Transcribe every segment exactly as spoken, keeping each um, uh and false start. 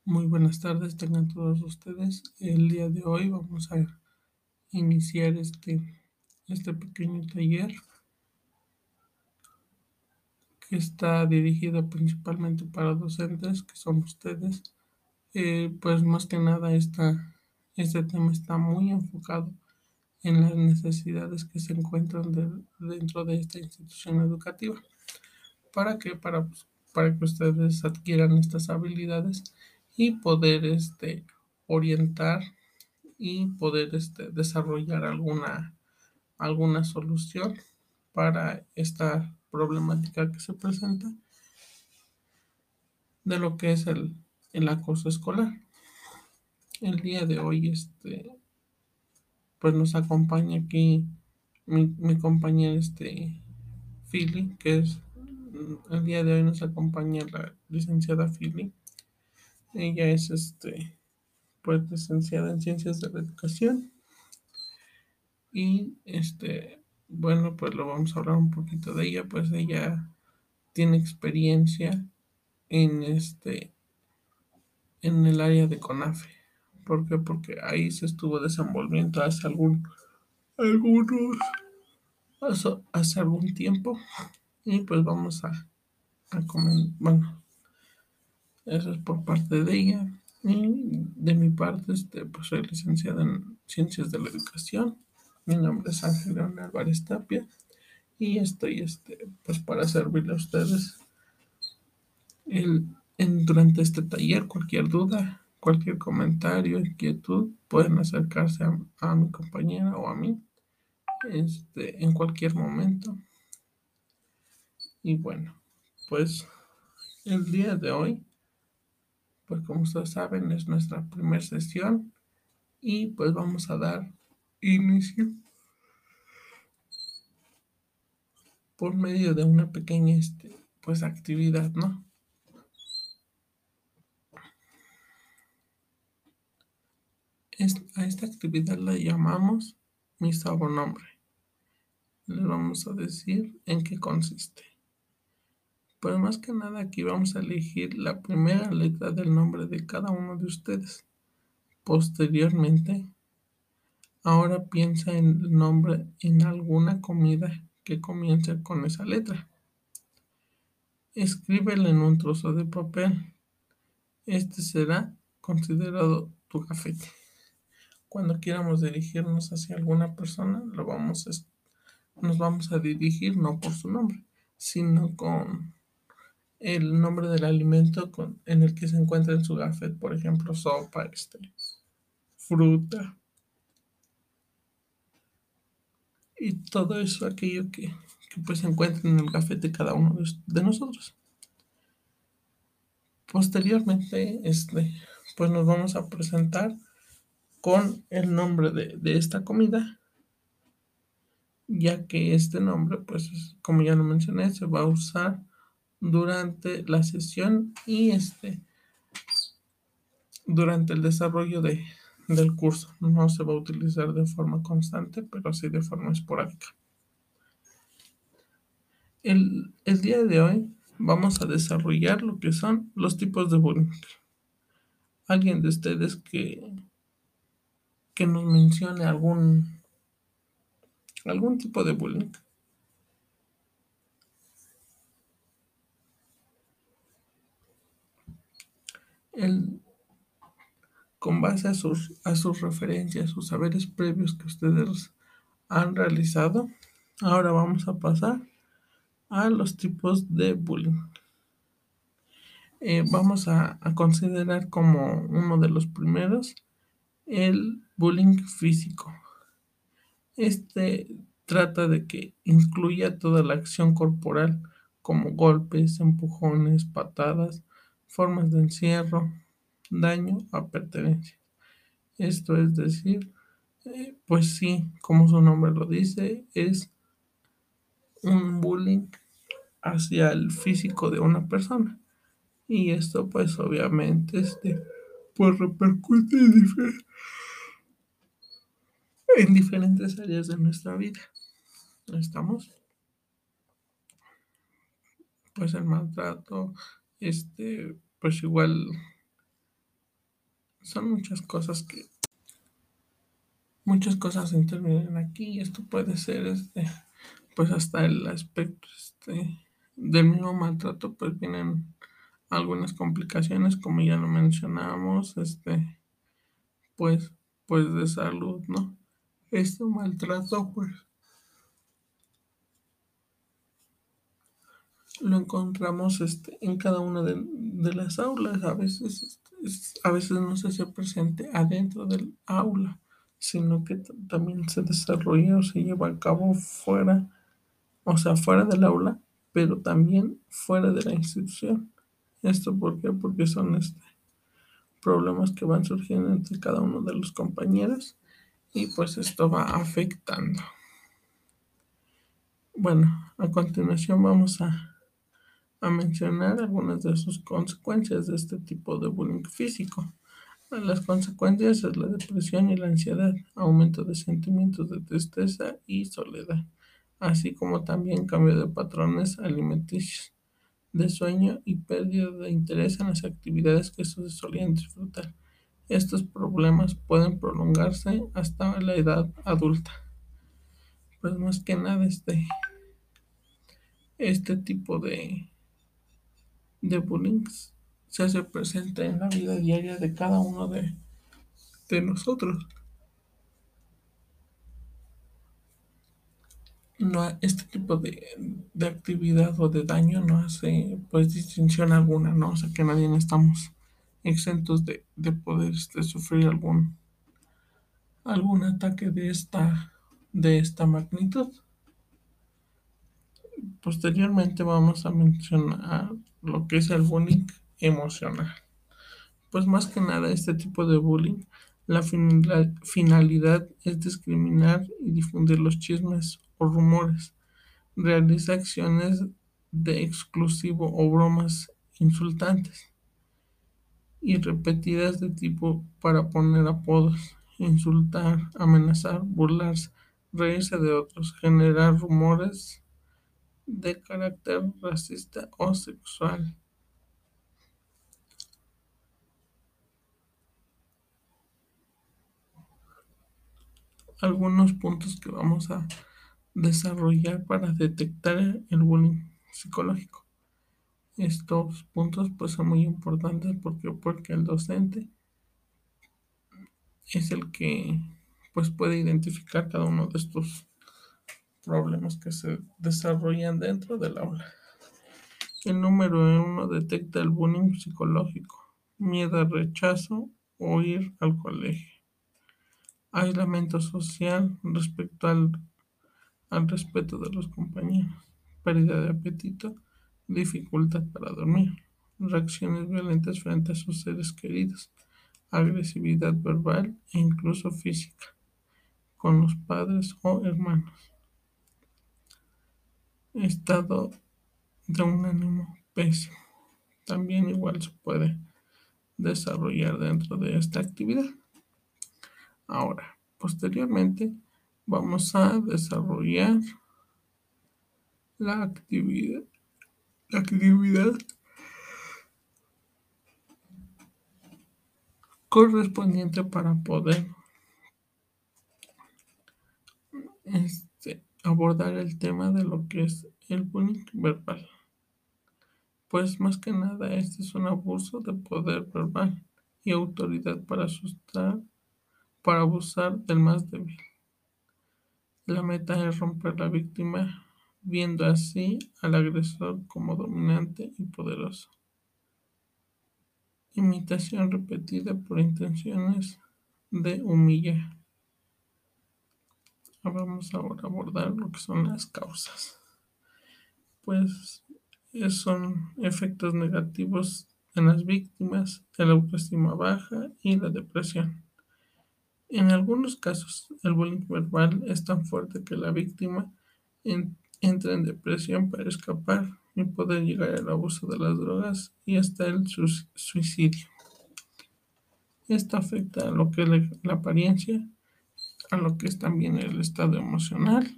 Muy buenas tardes, tengan todos ustedes. El día de hoy vamos a iniciar este, este pequeño taller que está dirigido principalmente para docentes, que son ustedes. Eh, pues más que nada esta, este tema está muy enfocado en las necesidades que se encuentran de- dentro de esta institución educativa. ¿Para qué? Para, pues, para que ustedes adquieran estas habilidades y poder este, orientar y poder este, desarrollar alguna, alguna solución para esta problemática que se presenta de lo que es el, el acoso escolar. El día de hoy, este, pues nos acompaña aquí mi, mi compañera este, Philly, que es el día de hoy nos acompaña la licenciada Philly. Ella es este, pues licenciada en Ciencias de la Educación y este, bueno, pues lo vamos a hablar un poquito de ella, pues ella tiene experiencia en este en el área de CONAFE. ¿Por qué? Porque ahí se estuvo desenvolviendo hace algún algunos hace, hace algún tiempo y pues vamos a, a comen- bueno, eso es por parte de ella y de mi parte este pues soy licenciada en Ciencias de la Educación. Mi nombre es Ángel León Álvarez Tapia y estoy este pues para servirle a ustedes El, en, durante este taller. Cualquier duda, cualquier comentario, inquietud, pueden acercarse a, a mi compañera o a mí este, en cualquier momento. Y bueno, pues el día de hoy, pues como ustedes saben, es nuestra primera sesión y pues vamos a dar inicio por medio de una pequeña este, pues actividad, ¿no? Es, a esta actividad la llamamos mi nombre. Les vamos a decir en qué consiste. Pues más que nada aquí vamos a elegir la primera letra del nombre de cada uno de ustedes. Posteriormente, ahora piensa en el nombre en alguna comida que comience con esa letra. Escríbela en un trozo de papel. Este será considerado tu gafete. Cuando quieramos dirigirnos hacia alguna persona, lo vamos a, nos vamos a dirigir no por su nombre, sino con el nombre del alimento con, en el que se encuentra en su gafet, por ejemplo, sopa, este, fruta y todo eso, aquello que, que pues se encuentra en el gafet de cada uno de, de nosotros. Posteriormente, este, pues nos vamos a presentar con el nombre de, de esta comida, ya que este nombre, pues como ya lo mencioné, se va a usar durante la sesión y este durante el desarrollo de, del curso. No se va a utilizar de forma constante, pero sí de forma esporádica. El, el día de hoy vamos a desarrollar lo que son los tipos de bullying. Alguien de ustedes que, que nos mencione algún, algún tipo de bullying. El, con base a sus, a sus referencias, sus saberes previos que ustedes han realizado, ahora vamos a pasar a los tipos de bullying. Eh, vamos a, a considerar como uno de los primeros el bullying físico. Este trata de que incluya toda la acción corporal como golpes, empujones, patadas, formas de encierro, daño a pertenencia. Esto es decir, eh, pues sí, como su nombre lo dice, es un bullying hacia el físico de una persona. Y esto pues obviamente este, pues repercute en, difer- en diferentes áreas de nuestra vida. ¿Estamos? Pues el maltrato, este, pues igual Son muchas cosas que, muchas cosas intervienen aquí y esto puede ser, este, pues hasta el aspecto, este, del mismo maltrato, pues vienen algunas complicaciones, como ya lo mencionamos, este, pues, pues de salud, ¿no? Este maltrato, pues, lo encontramos este, en cada una de, de las aulas. A veces, este, es- a veces no se hace presente adentro del aula, sino que t- también se desarrolla o se lleva a cabo fuera, o sea, fuera del aula, pero también fuera de la institución. ¿Esto por qué? Porque son este, problemas que van surgiendo entre cada uno de los compañeros y pues esto va afectando. Bueno, a continuación vamos a a mencionar algunas de sus consecuencias de este tipo de bullying físico. Las consecuencias es la depresión y la ansiedad, aumento de sentimientos de tristeza y soledad, así como también cambio de patrones alimenticios, de sueño y pérdida de interés en las actividades que se solían disfrutar. Estos problemas pueden prolongarse hasta la edad adulta. Pues más que nada este, este tipo de, de bullying se hace presente en la vida diaria de cada uno de, de nosotros. No, este tipo de, de actividad o de daño no hace pues distinción alguna, ¿no? O sea que nadie estamos exentos de, de poder este, sufrir algún, algún ataque de esta, de esta magnitud. Posteriormente vamos a mencionar lo que es el bullying emocional. Pues más que nada este tipo de bullying, la finalidad, finalidad es discriminar y difundir los chismes o rumores. Realiza acciones de exclusivo o bromas insultantes y repetidas de tipo para poner apodos, insultar, amenazar, burlarse, reírse de otros, generar rumores de carácter racista o sexual. Algunos puntos que vamos a desarrollar para detectar el bullying psicológico. Estos puntos pues son muy importantes porque, porque el docente es el que pues puede identificar cada uno de estos problemas que se desarrollan dentro del aula. El número uno detecta el bullying psicológico, miedo al rechazo o ir al colegio, aislamiento social respecto al, al respeto de los compañeros, pérdida de apetito, dificultad para dormir, reacciones violentas frente a sus seres queridos, agresividad verbal e incluso física con los padres o hermanos, estado de un ánimo pésimo. También igual se puede desarrollar dentro de esta actividad. Ahora, posteriormente, vamos a desarrollar la actividad, la actividad correspondiente para poder este, abordar el tema de lo que es el bullying verbal. Pues más que nada este es un abuso de poder verbal y autoridad para asustar, para abusar del más débil. La meta es romper la víctima, viendo así al agresor como dominante y poderoso. Imitación repetida por intenciones de humillar. Vamos ahora a abordar lo que son las causas. Pues eh, son efectos negativos en las víctimas, el autoestima baja y la depresión. En algunos casos, el bullying verbal es tan fuerte que la víctima en- entra en depresión para escapar y poder llegar al abuso de las drogas y hasta el sus- suicidio. Esto afecta a lo que es la, la apariencia, a lo que es también el estado emocional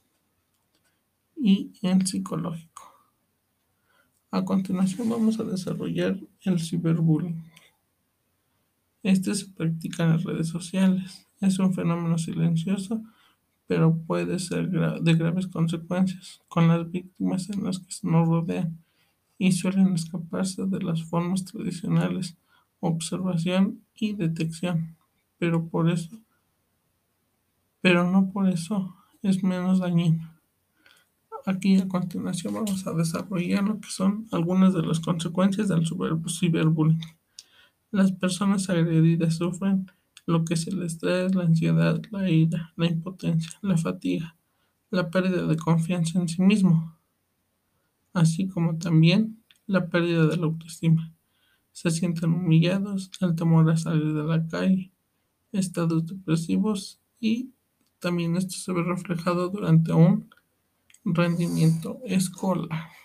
y el psicológico. A continuación vamos a desarrollar el ciberbullying. Este se practica en las redes sociales. Es un fenómeno silencioso, pero puede ser gra- de graves consecuencias con las víctimas en las que nos rodean y suelen escaparse de las formas tradicionales, observación y detección. Pero por eso, pero no por eso es menos dañino. Aquí a continuación vamos a desarrollar lo que son algunas de las consecuencias del ciber- ciberbullying. Las personas agredidas sufren lo que es el estrés, la ansiedad, la ira, la impotencia, la fatiga, la pérdida de confianza en sí mismo, así como también la pérdida de la autoestima. Se sienten humillados, el temor a salir de la calle, estados depresivos y también esto se ve reflejado durante un rendimiento escolar.